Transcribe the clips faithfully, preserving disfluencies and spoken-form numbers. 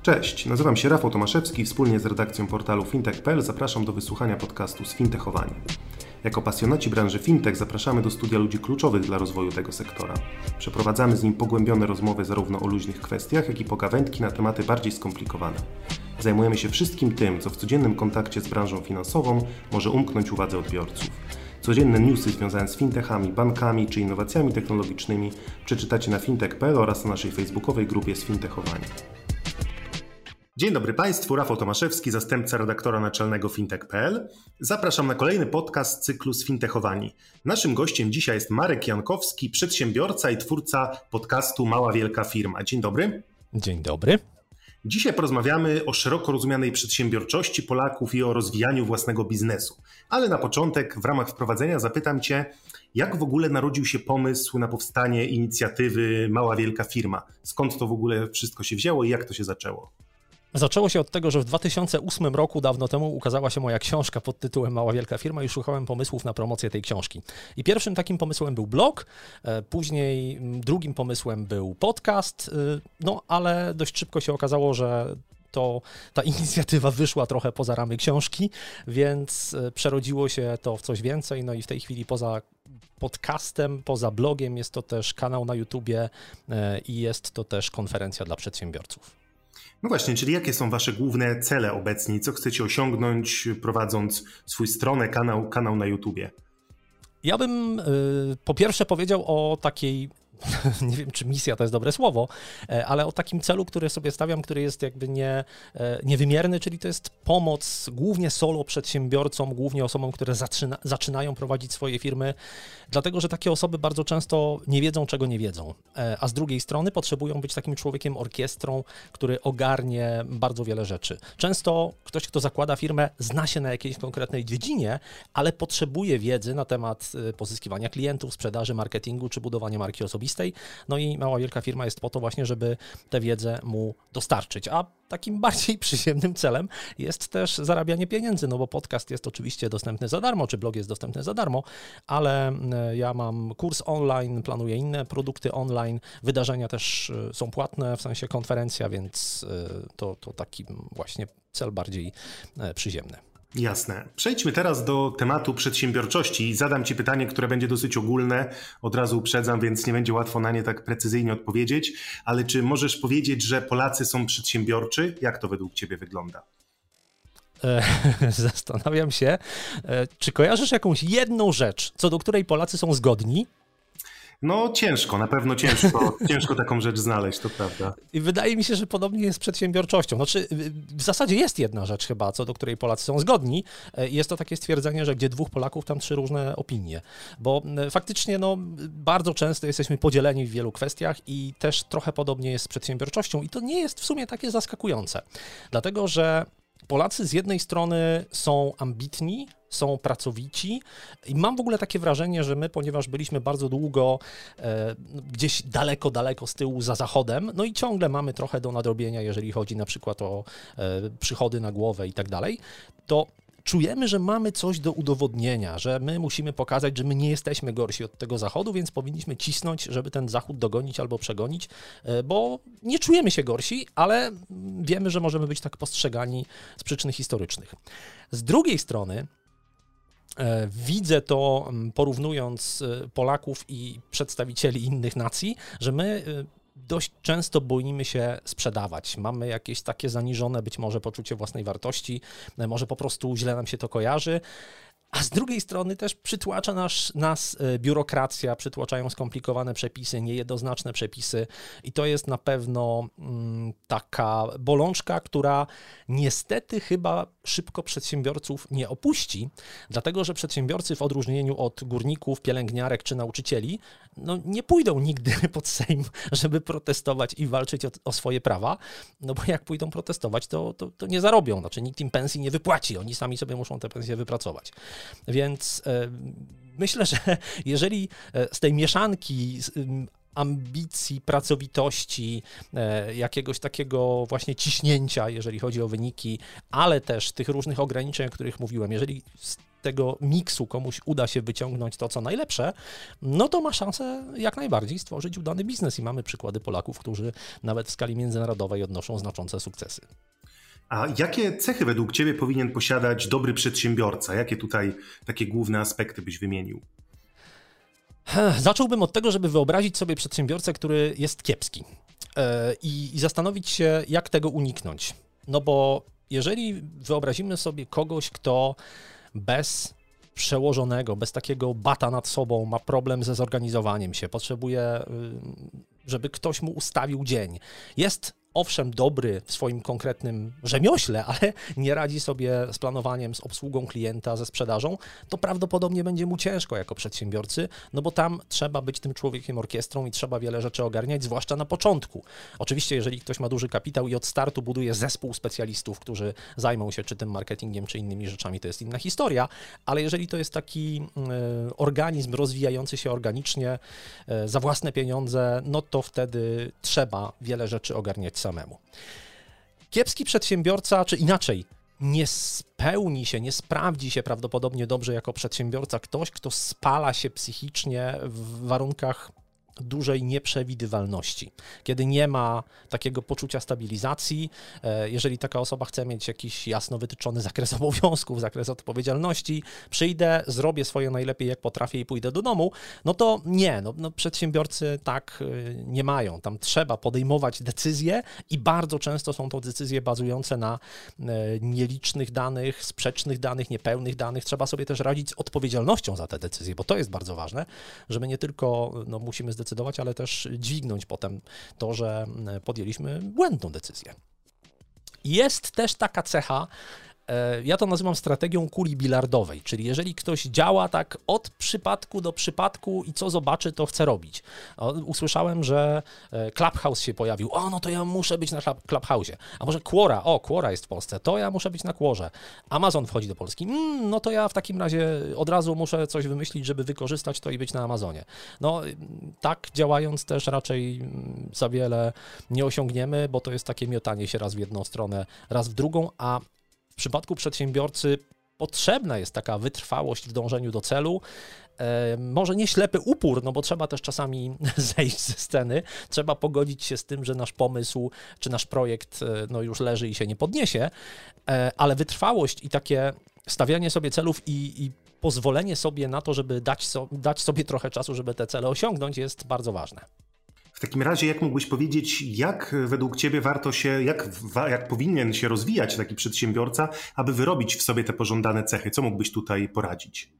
Cześć, nazywam się Rafał Tomaszewski i wspólnie z redakcją portalu fintech kropka p l zapraszam do wysłuchania podcastu Sfintechowani. Jako pasjonaci branży fintech zapraszamy do studia ludzi kluczowych dla rozwoju tego sektora. Przeprowadzamy z nim pogłębione rozmowy zarówno o luźnych kwestiach, jak i pogawędki na tematy bardziej skomplikowane. Zajmujemy się wszystkim tym, co w codziennym kontakcie z branżą finansową może umknąć uwadze odbiorców. Codzienne newsy związane z fintechami, bankami czy innowacjami technologicznymi przeczytacie na fintech kropka p l oraz na naszej facebookowej grupie Sfintechowani. Dzień dobry Państwu, Rafał Tomaszewski, zastępca redaktora naczelnego fintech kropka p l. Zapraszam na kolejny podcast z cyklu Sfintechowani. Naszym gościem dzisiaj jest Marek Jankowski, przedsiębiorca i twórca podcastu Mała Wielka Firma. Dzień dobry. Dzień dobry. Dzisiaj porozmawiamy o szeroko rozumianej przedsiębiorczości Polaków i o rozwijaniu własnego biznesu. Ale na początek, w ramach wprowadzenia zapytam Cię, jak w ogóle narodził się pomysł na powstanie inicjatywy Mała Wielka Firma? Skąd to w ogóle wszystko się wzięło i jak to się zaczęło? Zaczęło się od tego, że w dwa tysiące ósmym roku, dawno temu, ukazała się moja książka pod tytułem Mała Wielka Firma i szukałem pomysłów na promocję tej książki. I pierwszym takim pomysłem był blog, później drugim pomysłem był podcast, no ale dość szybko się okazało, że to ta inicjatywa wyszła trochę poza ramy książki, więc przerodziło się to w coś więcej, no i w tej chwili poza podcastem, poza blogiem jest to też kanał na YouTubie i jest to też konferencja dla przedsiębiorców. No właśnie, czyli jakie są Wasze główne cele obecnie? Co chcecie osiągnąć, prowadząc swój stronę, kanał, kanał na YouTubie? Ja bym y, po pierwsze powiedział o takiej, nie wiem czy misja to jest dobre słowo, ale o takim celu, który sobie stawiam, który jest jakby nie, niewymierny, czyli to jest pomoc głównie solo przedsiębiorcom, głównie osobom, które zaczyna, zaczynają prowadzić swoje firmy, dlatego że takie osoby bardzo często nie wiedzą, czego nie wiedzą, a z drugiej strony potrzebują być takim człowiekiem orkiestrą, który ogarnie bardzo wiele rzeczy. Często ktoś, kto zakłada firmę, zna się na jakiejś konkretnej dziedzinie, ale potrzebuje wiedzy na temat pozyskiwania klientów, sprzedaży, marketingu czy budowania marki osobistej. No i Mała Wielka Firma jest po to właśnie, żeby tę wiedzę mu dostarczyć. A takim bardziej przyziemnym celem jest też zarabianie pieniędzy, no bo podcast jest oczywiście dostępny za darmo, czy blog jest dostępny za darmo, ale ja mam kurs online, planuję inne produkty online, wydarzenia też są płatne, w sensie konferencja, więc to, to taki właśnie cel bardziej przyziemny. Jasne. Przejdźmy teraz do tematu przedsiębiorczości. Zadam Ci pytanie, które będzie dosyć ogólne. Od razu uprzedzam, więc nie będzie łatwo na nie tak precyzyjnie odpowiedzieć. Ale czy możesz powiedzieć, że Polacy są przedsiębiorczy? Jak to według Ciebie wygląda? Zastanawiam się, czy kojarzysz jakąś jedną rzecz, co do której Polacy są zgodni? No ciężko, na pewno ciężko, ciężko taką rzecz znaleźć, to prawda. I wydaje mi się, że podobnie jest z przedsiębiorczością. Znaczy, w zasadzie jest jedna rzecz chyba, co do której Polacy są zgodni. Jest to takie stwierdzenie, że gdzie dwóch Polaków, tam trzy różne opinie. Bo faktycznie no, bardzo często jesteśmy podzieleni w wielu kwestiach i też trochę podobnie jest z przedsiębiorczością i to nie jest w sumie takie zaskakujące. Dlatego, że Polacy z jednej strony są ambitni, są pracowici i mam w ogóle takie wrażenie, że my, ponieważ byliśmy bardzo długo e, gdzieś daleko, daleko z tyłu za Zachodem, no i ciągle mamy trochę do nadrobienia, jeżeli chodzi na przykład o e, przychody na głowę i tak dalej, to czujemy, że mamy coś do udowodnienia, że my musimy pokazać, że my nie jesteśmy gorsi od tego Zachodu, więc powinniśmy cisnąć, żeby ten Zachód dogonić albo przegonić, bo nie czujemy się gorsi, ale wiemy, że możemy być tak postrzegani z przyczyn historycznych. Z drugiej strony widzę to, porównując Polaków i przedstawicieli innych nacji, że my dość często boimy się sprzedawać. Mamy jakieś takie zaniżone być może poczucie własnej wartości, może po prostu źle nam się to kojarzy. A z drugiej strony też przytłacza nas, nas biurokracja, przytłaczają skomplikowane przepisy, niejednoznaczne przepisy i to jest na pewno mm, taka bolączka, która niestety chyba szybko przedsiębiorców nie opuści, dlatego że przedsiębiorcy w odróżnieniu od górników, pielęgniarek czy nauczycieli no, nie pójdą nigdy pod Sejm, żeby protestować i walczyć o, o swoje prawa, no bo jak pójdą protestować, to, to, to nie zarobią, znaczy nikt im pensji nie wypłaci, oni sami sobie muszą te pensje wypracować. Więc e, myślę, że jeżeli z tej mieszanki ambicji, pracowitości, e, jakiegoś takiego właśnie ciśnięcia, jeżeli chodzi o wyniki, ale też tych różnych ograniczeń, o których mówiłem, jeżeli z tego miksu komuś uda się wyciągnąć to, co najlepsze, no to ma szansę jak najbardziej stworzyć udany biznes i mamy przykłady Polaków, którzy nawet w skali międzynarodowej odnoszą znaczące sukcesy. A jakie cechy według Ciebie powinien posiadać dobry przedsiębiorca? Jakie tutaj takie główne aspekty byś wymienił? Zacząłbym od tego, żeby wyobrazić sobie przedsiębiorcę, który jest kiepski i, i zastanowić się, jak tego uniknąć. No bo jeżeli wyobrazimy sobie kogoś, kto bez przełożonego, bez takiego bata nad sobą ma problem ze zorganizowaniem się, potrzebuje, żeby ktoś mu ustawił dzień, jest owszem dobry w swoim konkretnym rzemiośle, ale nie radzi sobie z planowaniem, z obsługą klienta, ze sprzedażą, to prawdopodobnie będzie mu ciężko jako przedsiębiorcy, no bo tam trzeba być tym człowiekiem orkiestrą i trzeba wiele rzeczy ogarniać, zwłaszcza na początku. Oczywiście, jeżeli ktoś ma duży kapitał i od startu buduje zespół specjalistów, którzy zajmą się czy tym marketingiem, czy innymi rzeczami, to jest inna historia, ale jeżeli to jest taki y, organizm rozwijający się organicznie y, za własne pieniądze, no to wtedy trzeba wiele rzeczy ogarniać samemu. Kiepski przedsiębiorca, czy inaczej, nie spełni się, nie sprawdzi się prawdopodobnie dobrze jako przedsiębiorca ktoś, kto spala się psychicznie w warunkach dużej nieprzewidywalności, kiedy nie ma takiego poczucia stabilizacji. Jeżeli taka osoba chce mieć jakiś jasno wytyczony zakres obowiązków, zakres odpowiedzialności, przyjdę, zrobię swoje najlepiej jak potrafię i pójdę do domu, no to nie, no, no przedsiębiorcy tak nie mają. Tam trzeba podejmować decyzje i bardzo często są to decyzje bazujące na nielicznych danych, sprzecznych danych, niepełnych danych. Trzeba sobie też radzić z odpowiedzialnością za te decyzje, bo to jest bardzo ważne, że my nie tylko no, musimy zdecydować, decydować, ale też dźwignąć potem to, że podjęliśmy błędną decyzję. Jest też taka cecha, ja to nazywam strategią kuli bilardowej, czyli jeżeli ktoś działa tak od przypadku do przypadku i co zobaczy, to chce robić. Usłyszałem, że Clubhouse się pojawił, o no to ja muszę być na Clubhouse'ie, a może Quora, o Quora jest w Polsce, to ja muszę być na Quorze. Amazon wchodzi do Polski, mm, no to ja w takim razie od razu muszę coś wymyślić, żeby wykorzystać to i być na Amazonie. No tak działając też raczej za wiele nie osiągniemy, bo to jest takie miotanie się raz w jedną stronę, raz w drugą, a w przypadku przedsiębiorcy potrzebna jest taka wytrwałość w dążeniu do celu, e, może nie ślepy upór, no bo trzeba też czasami zejść ze sceny, trzeba pogodzić się z tym, że nasz pomysł czy nasz projekt no, już leży i się nie podniesie, e, ale wytrwałość i takie stawianie sobie celów i, i pozwolenie sobie na to, żeby dać, so, dać sobie trochę czasu, żeby te cele osiągnąć, jest bardzo ważne. W takim razie, jak mógłbyś powiedzieć, jak według Ciebie warto się, jak, jak powinien się rozwijać taki przedsiębiorca, aby wyrobić w sobie te pożądane cechy? Co mógłbyś tutaj poradzić?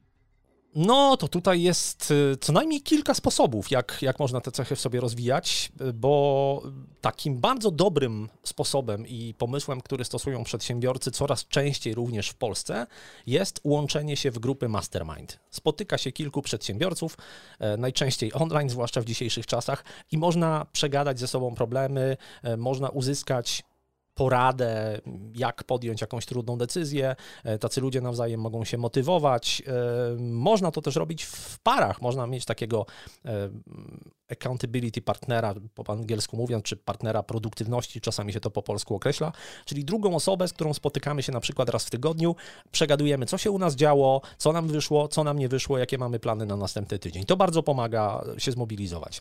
No to tutaj jest co najmniej kilka sposobów, jak, jak można te cechy w sobie rozwijać, bo takim bardzo dobrym sposobem i pomysłem, który stosują przedsiębiorcy coraz częściej również w Polsce, jest łączenie się w grupy mastermind. Spotyka się kilku przedsiębiorców, najczęściej online, zwłaszcza w dzisiejszych czasach, i można przegadać ze sobą problemy, można uzyskać poradę, jak podjąć jakąś trudną decyzję. Tacy ludzie nawzajem mogą się motywować. Można to też robić w parach. Można mieć takiego accountability partnera, po angielsku mówiąc, czy partnera produktywności, czasami się to po polsku określa, czyli drugą osobę, z którą spotykamy się na przykład raz w tygodniu, przegadujemy, co się u nas działo, co nam wyszło, co nam nie wyszło, jakie mamy plany na następny tydzień. To bardzo pomaga się zmobilizować.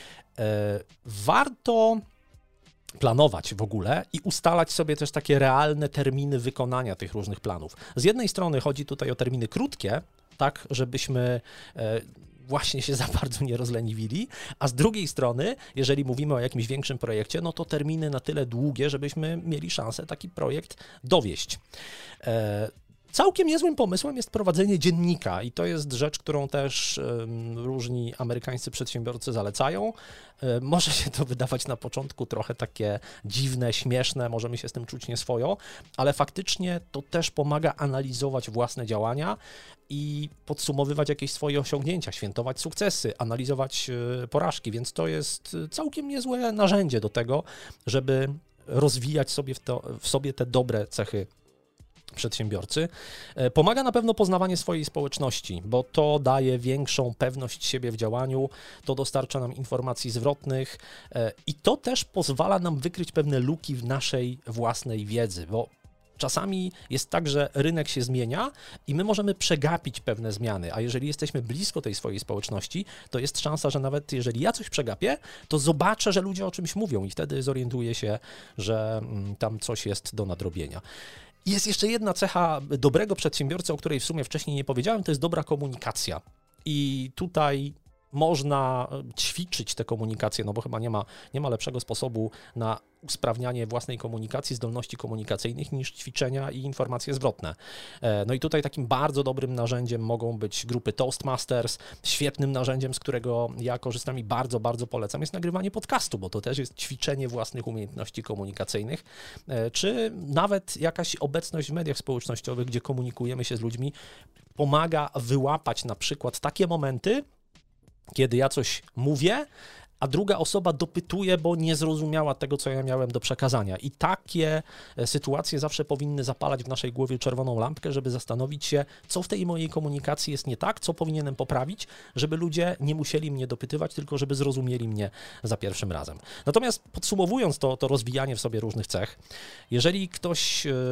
Warto planować w ogóle i ustalać sobie też takie realne terminy wykonania tych różnych planów. Z jednej strony chodzi tutaj o terminy krótkie, tak, żebyśmy właśnie się za bardzo nie rozleniwili, a z drugiej strony, jeżeli mówimy o jakimś większym projekcie, no to terminy na tyle długie, żebyśmy mieli szansę taki projekt dowieść. Całkiem niezłym pomysłem jest prowadzenie dziennika i to jest rzecz, którą też um, różni amerykańscy przedsiębiorcy zalecają. Um, może się to wydawać na początku trochę takie dziwne, śmieszne, możemy się z tym czuć nieswojo, ale faktycznie to też pomaga analizować własne działania i podsumowywać jakieś swoje osiągnięcia, świętować sukcesy, analizować uh, porażki, więc to jest całkiem niezłe narzędzie do tego, żeby rozwijać sobie w, to, w sobie te dobre cechy przedsiębiorcy. Pomaga na pewno poznawanie swojej społeczności, bo to daje większą pewność siebie w działaniu, to dostarcza nam informacji zwrotnych i to też pozwala nam wykryć pewne luki w naszej własnej wiedzy, bo czasami jest tak, że rynek się zmienia i my możemy przegapić pewne zmiany, a jeżeli jesteśmy blisko tej swojej społeczności, to jest szansa, że nawet jeżeli ja coś przegapię, to zobaczę, że ludzie o czymś mówią i wtedy zorientuję się, że tam coś jest do nadrobienia. Jest jeszcze jedna cecha dobrego przedsiębiorcy, o której w sumie wcześniej nie powiedziałem, to jest dobra komunikacja. I tutaj można ćwiczyć tę komunikację, no bo chyba nie ma, nie ma lepszego sposobu na usprawnianie własnej komunikacji, zdolności komunikacyjnych niż ćwiczenia i informacje zwrotne. No i tutaj takim bardzo dobrym narzędziem mogą być grupy Toastmasters. Świetnym narzędziem, z którego ja korzystam i bardzo, bardzo polecam, jest nagrywanie podcastu, bo to też jest ćwiczenie własnych umiejętności komunikacyjnych, czy nawet jakaś obecność w mediach społecznościowych, gdzie komunikujemy się z ludźmi, pomaga wyłapać na przykład takie momenty, kiedy ja coś mówię, a druga osoba dopytuje, bo nie zrozumiała tego, co ja miałem do przekazania. I takie sytuacje zawsze powinny zapalać w naszej głowie czerwoną lampkę, żeby zastanowić się, co w tej mojej komunikacji jest nie tak, co powinienem poprawić, żeby ludzie nie musieli mnie dopytywać, tylko żeby zrozumieli mnie za pierwszym razem. Natomiast podsumowując to, to rozwijanie w sobie różnych cech, jeżeli ktoś Yy,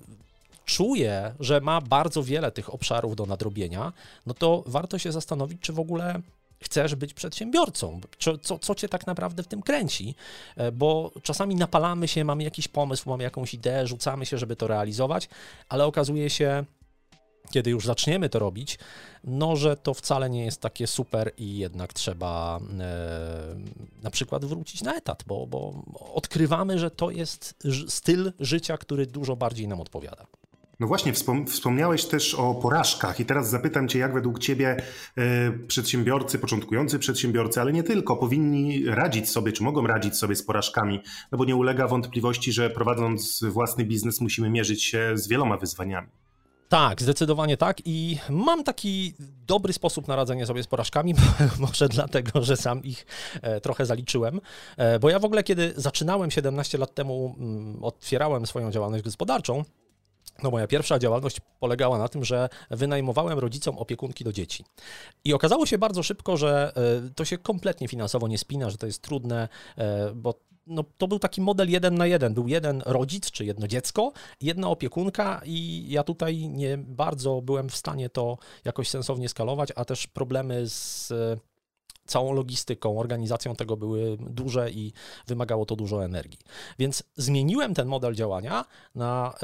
czuje, że ma bardzo wiele tych obszarów do nadrobienia, no to warto się zastanowić, czy w ogóle chcesz być przedsiębiorcą, co, co, co cię tak naprawdę w tym kręci, bo czasami napalamy się, mamy jakiś pomysł, mamy jakąś ideę, rzucamy się, żeby to realizować, ale okazuje się, kiedy już zaczniemy to robić, no, że to wcale nie jest takie super i jednak trzeba e, na przykład wrócić na etat, bo, bo odkrywamy, że to jest styl życia, który dużo bardziej nam odpowiada. No właśnie, wspom- wspomniałeś też o porażkach i teraz zapytam Cię, jak według Ciebie y, przedsiębiorcy, początkujący przedsiębiorcy, ale nie tylko, powinni radzić sobie, czy mogą radzić sobie z porażkami, no bo nie ulega wątpliwości, że prowadząc własny biznes musimy mierzyć się z wieloma wyzwaniami. Tak, zdecydowanie tak i mam taki dobry sposób na radzenie sobie z porażkami, może dlatego, że sam ich trochę zaliczyłem, bo ja w ogóle kiedy zaczynałem siedemnaście lat temu, otwierałem swoją działalność gospodarczą, no moja pierwsza działalność polegała na tym, że wynajmowałem rodzicom opiekunki do dzieci. I okazało się bardzo szybko, że to się kompletnie finansowo nie spina, że to jest trudne, bo no, to był taki model jeden na jeden. Był jeden rodzic, czy jedno dziecko, jedna opiekunka i ja tutaj nie bardzo byłem w stanie to jakoś sensownie skalować, a też problemy z całą logistyką, organizacją tego były duże i wymagało to dużo energii. Więc zmieniłem ten model działania na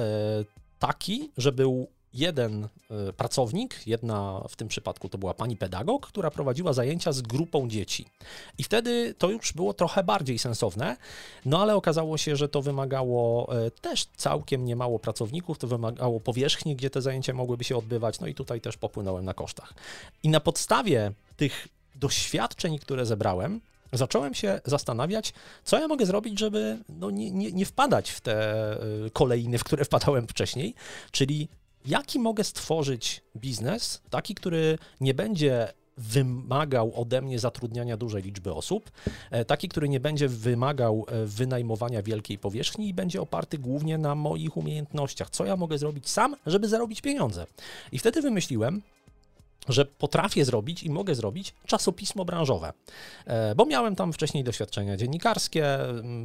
taki, że był jeden pracownik, jedna w tym przypadku to była pani pedagog, która prowadziła zajęcia z grupą dzieci. I wtedy to już było trochę bardziej sensowne, no ale okazało się, że to wymagało też całkiem niemało pracowników, to wymagało powierzchni, gdzie te zajęcia mogłyby się odbywać, no i tutaj też popłynąłem na kosztach. I na podstawie tych doświadczeń, które zebrałem, zacząłem się zastanawiać, co ja mogę zrobić, żeby no, nie, nie, nie wpadać w te kolejny, w które wpadałem wcześniej, czyli jaki mogę stworzyć biznes, taki, który nie będzie wymagał ode mnie zatrudniania dużej liczby osób, taki, który nie będzie wymagał wynajmowania wielkiej powierzchni i będzie oparty głównie na moich umiejętnościach. Co ja mogę zrobić sam, żeby zarobić pieniądze? I wtedy wymyśliłem, że potrafię zrobić i mogę zrobić czasopismo branżowe, bo miałem tam wcześniej doświadczenia dziennikarskie,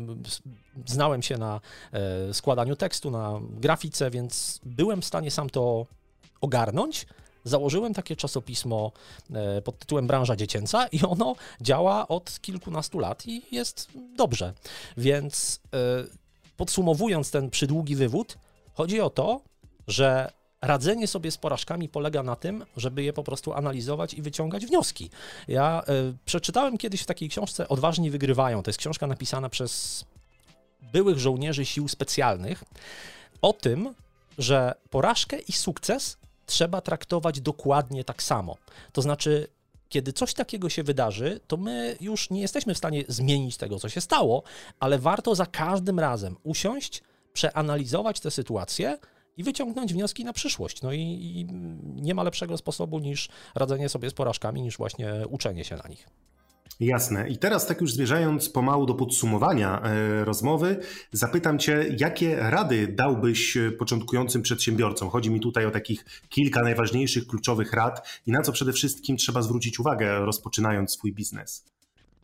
znałem się na składaniu tekstu, na grafice, więc byłem w stanie sam to ogarnąć. Założyłem takie czasopismo pod tytułem Branża Dziecięca i ono działa od kilkunastu lat i jest dobrze. Więc podsumowując ten przydługi wywód, chodzi o to, że radzenie sobie z porażkami polega na tym, żeby je po prostu analizować i wyciągać wnioski. Ja y, przeczytałem kiedyś w takiej książce Odważni wygrywają. To jest książka napisana przez byłych żołnierzy sił specjalnych o tym, że porażkę i sukces trzeba traktować dokładnie tak samo. To znaczy, kiedy coś takiego się wydarzy, to my już nie jesteśmy w stanie zmienić tego, co się stało, ale warto za każdym razem usiąść, przeanalizować tę sytuację i wyciągnąć wnioski na przyszłość. No i, i nie ma lepszego sposobu niż radzenie sobie z porażkami, niż właśnie uczenie się na nich. Jasne. I teraz tak już zmierzając pomału do podsumowania e, rozmowy, zapytam Cię, jakie rady dałbyś początkującym przedsiębiorcom? Chodzi mi tutaj o takich kilka najważniejszych, kluczowych rad i na co przede wszystkim trzeba zwrócić uwagę, rozpoczynając swój biznes.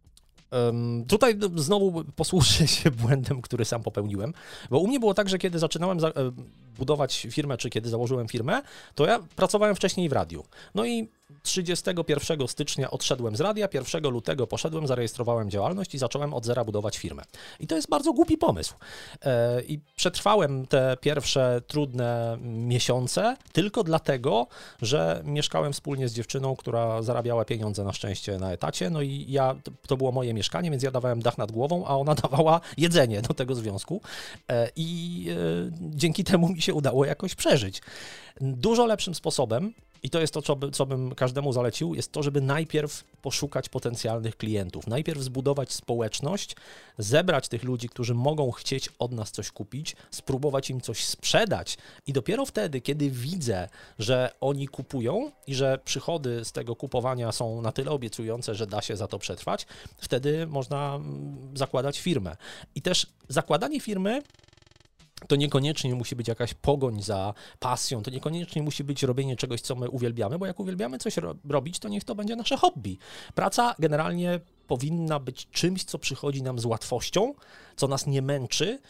Tutaj znowu posłużę się błędem, który sam popełniłem, bo u mnie było tak, że kiedy zaczynałem za- budować firmę, czy kiedy założyłem firmę, to ja pracowałem wcześniej w radiu. No i trzydziestego pierwszego stycznia odszedłem z radia, pierwszego lutego poszedłem, zarejestrowałem działalność i zacząłem od zera budować firmę. I to jest bardzo głupi pomysł. I przetrwałem te pierwsze trudne miesiące tylko dlatego, że mieszkałem wspólnie z dziewczyną, która zarabiała pieniądze na szczęście na etacie, no i ja, to było moje mieszkanie, więc ja dawałem dach nad głową, a ona dawała jedzenie do tego związku i dzięki temu mi się udało jakoś przeżyć. Dużo lepszym sposobem, i to jest to, co, by, co bym każdemu zalecił, jest to, żeby najpierw poszukać potencjalnych klientów, najpierw zbudować społeczność, zebrać tych ludzi, którzy mogą chcieć od nas coś kupić, spróbować im coś sprzedać i dopiero wtedy, kiedy widzę, że oni kupują i że przychody z tego kupowania są na tyle obiecujące, że da się za to przetrwać, wtedy można zakładać firmę. I też zakładanie firmy to niekoniecznie musi być jakaś pogoń za pasją, to niekoniecznie musi być robienie czegoś, co my uwielbiamy, bo jak uwielbiamy coś ro- robić, to niech to będzie nasze hobby. Praca generalnie powinna być czymś, co przychodzi nam z łatwością, co nas nie męczy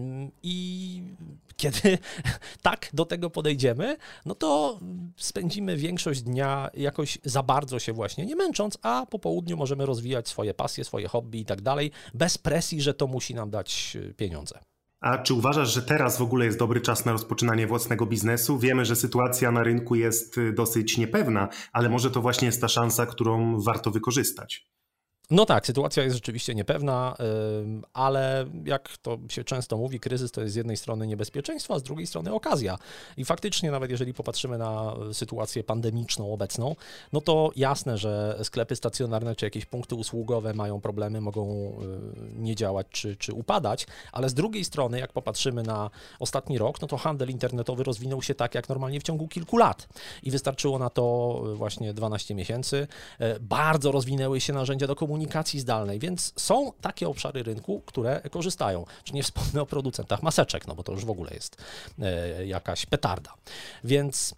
i kiedy tak do tego podejdziemy, no to spędzimy większość dnia jakoś za bardzo się właśnie nie męcząc, a po południu możemy rozwijać swoje pasje, swoje hobby i tak dalej, bez presji, że to musi nam dać pieniądze. A czy uważasz, że teraz w ogóle jest dobry czas na rozpoczynanie własnego biznesu? Wiemy, że sytuacja na rynku jest dosyć niepewna, ale może to właśnie jest ta szansa, którą warto wykorzystać. No tak, sytuacja jest rzeczywiście niepewna, ale jak to się często mówi, kryzys to jest z jednej strony niebezpieczeństwo, a z drugiej strony okazja. I faktycznie nawet jeżeli popatrzymy na sytuację pandemiczną obecną, no to jasne, że sklepy stacjonarne czy jakieś punkty usługowe mają problemy, mogą nie działać czy, czy upadać, ale z drugiej strony jak popatrzymy na ostatni rok, no to handel internetowy rozwinął się tak jak normalnie w ciągu kilku lat i wystarczyło na to właśnie dwanaście miesięcy. Bardzo rozwinęły się narzędzia do komunikacji, komunikacji zdalnej, więc są takie obszary rynku, które korzystają. Czy nie wspomnę o producentach maseczek, no bo to już w ogóle jest e, jakaś petarda. Więc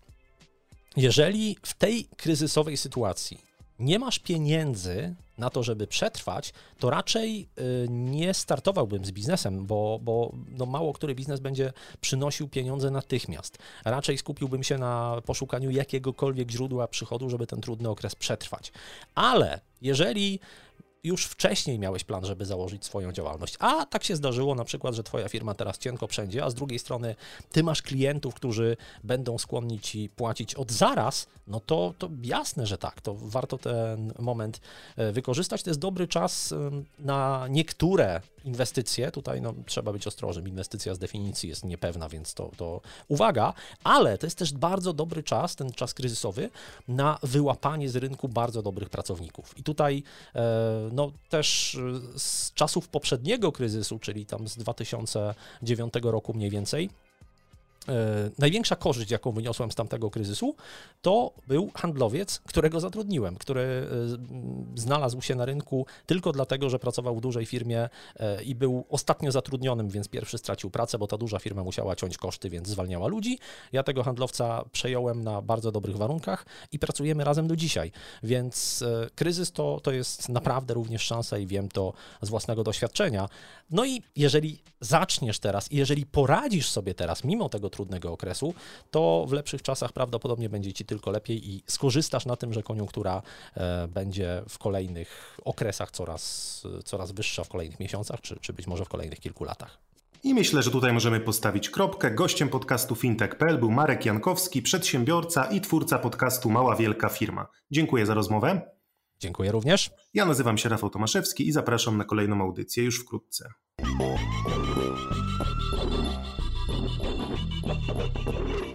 jeżeli w tej kryzysowej sytuacji nie masz pieniędzy na to, żeby przetrwać, to raczej y, nie startowałbym z biznesem, bo, bo no mało który biznes będzie przynosił pieniądze natychmiast. Raczej skupiłbym się na poszukaniu jakiegokolwiek źródła przychodu, żeby ten trudny okres przetrwać. Ale jeżeli już wcześniej miałeś plan, żeby założyć swoją działalność, a tak się zdarzyło na przykład, że twoja firma teraz cienko wszędzie, a z drugiej strony ty masz klientów, którzy będą skłonni ci płacić od zaraz, no to, to jasne, że tak, to warto ten moment wykorzystać. To jest dobry czas na niektóre inwestycje, tutaj no, trzeba być ostrożnym, inwestycja z definicji jest niepewna, więc to, to uwaga, ale to jest też bardzo dobry czas, ten czas kryzysowy, na wyłapanie z rynku bardzo dobrych pracowników. I tutaj no też z czasów poprzedniego kryzysu, czyli tam z dwa tysiące dziewiątego roku mniej więcej, największa korzyść, jaką wyniosłem z tamtego kryzysu, to był handlowiec, którego zatrudniłem, który znalazł się na rynku tylko dlatego, że pracował w dużej firmie i był ostatnio zatrudnionym, więc pierwszy stracił pracę, bo ta duża firma musiała ciąć koszty, więc zwalniała ludzi. Ja tego handlowca przejąłem na bardzo dobrych warunkach i pracujemy razem do dzisiaj, więc kryzys to, to jest naprawdę również szansa i wiem to z własnego doświadczenia. No i jeżeli zaczniesz teraz i jeżeli poradzisz sobie teraz, mimo tego trudnego okresu, to w lepszych czasach prawdopodobnie będzie ci tylko lepiej i skorzystasz na tym, że koniunktura e, będzie w kolejnych okresach coraz, coraz wyższa, w kolejnych miesiącach, czy, czy być może w kolejnych kilku latach. I myślę, że tutaj możemy postawić kropkę. Gościem podcastu fintech kropka p l był Marek Jankowski, przedsiębiorca i twórca podcastu Mała Wielka Firma. Dziękuję za rozmowę. Dziękuję również. Ja nazywam się Rafał Tomaszewski i zapraszam na kolejną audycję już wkrótce. Thank you.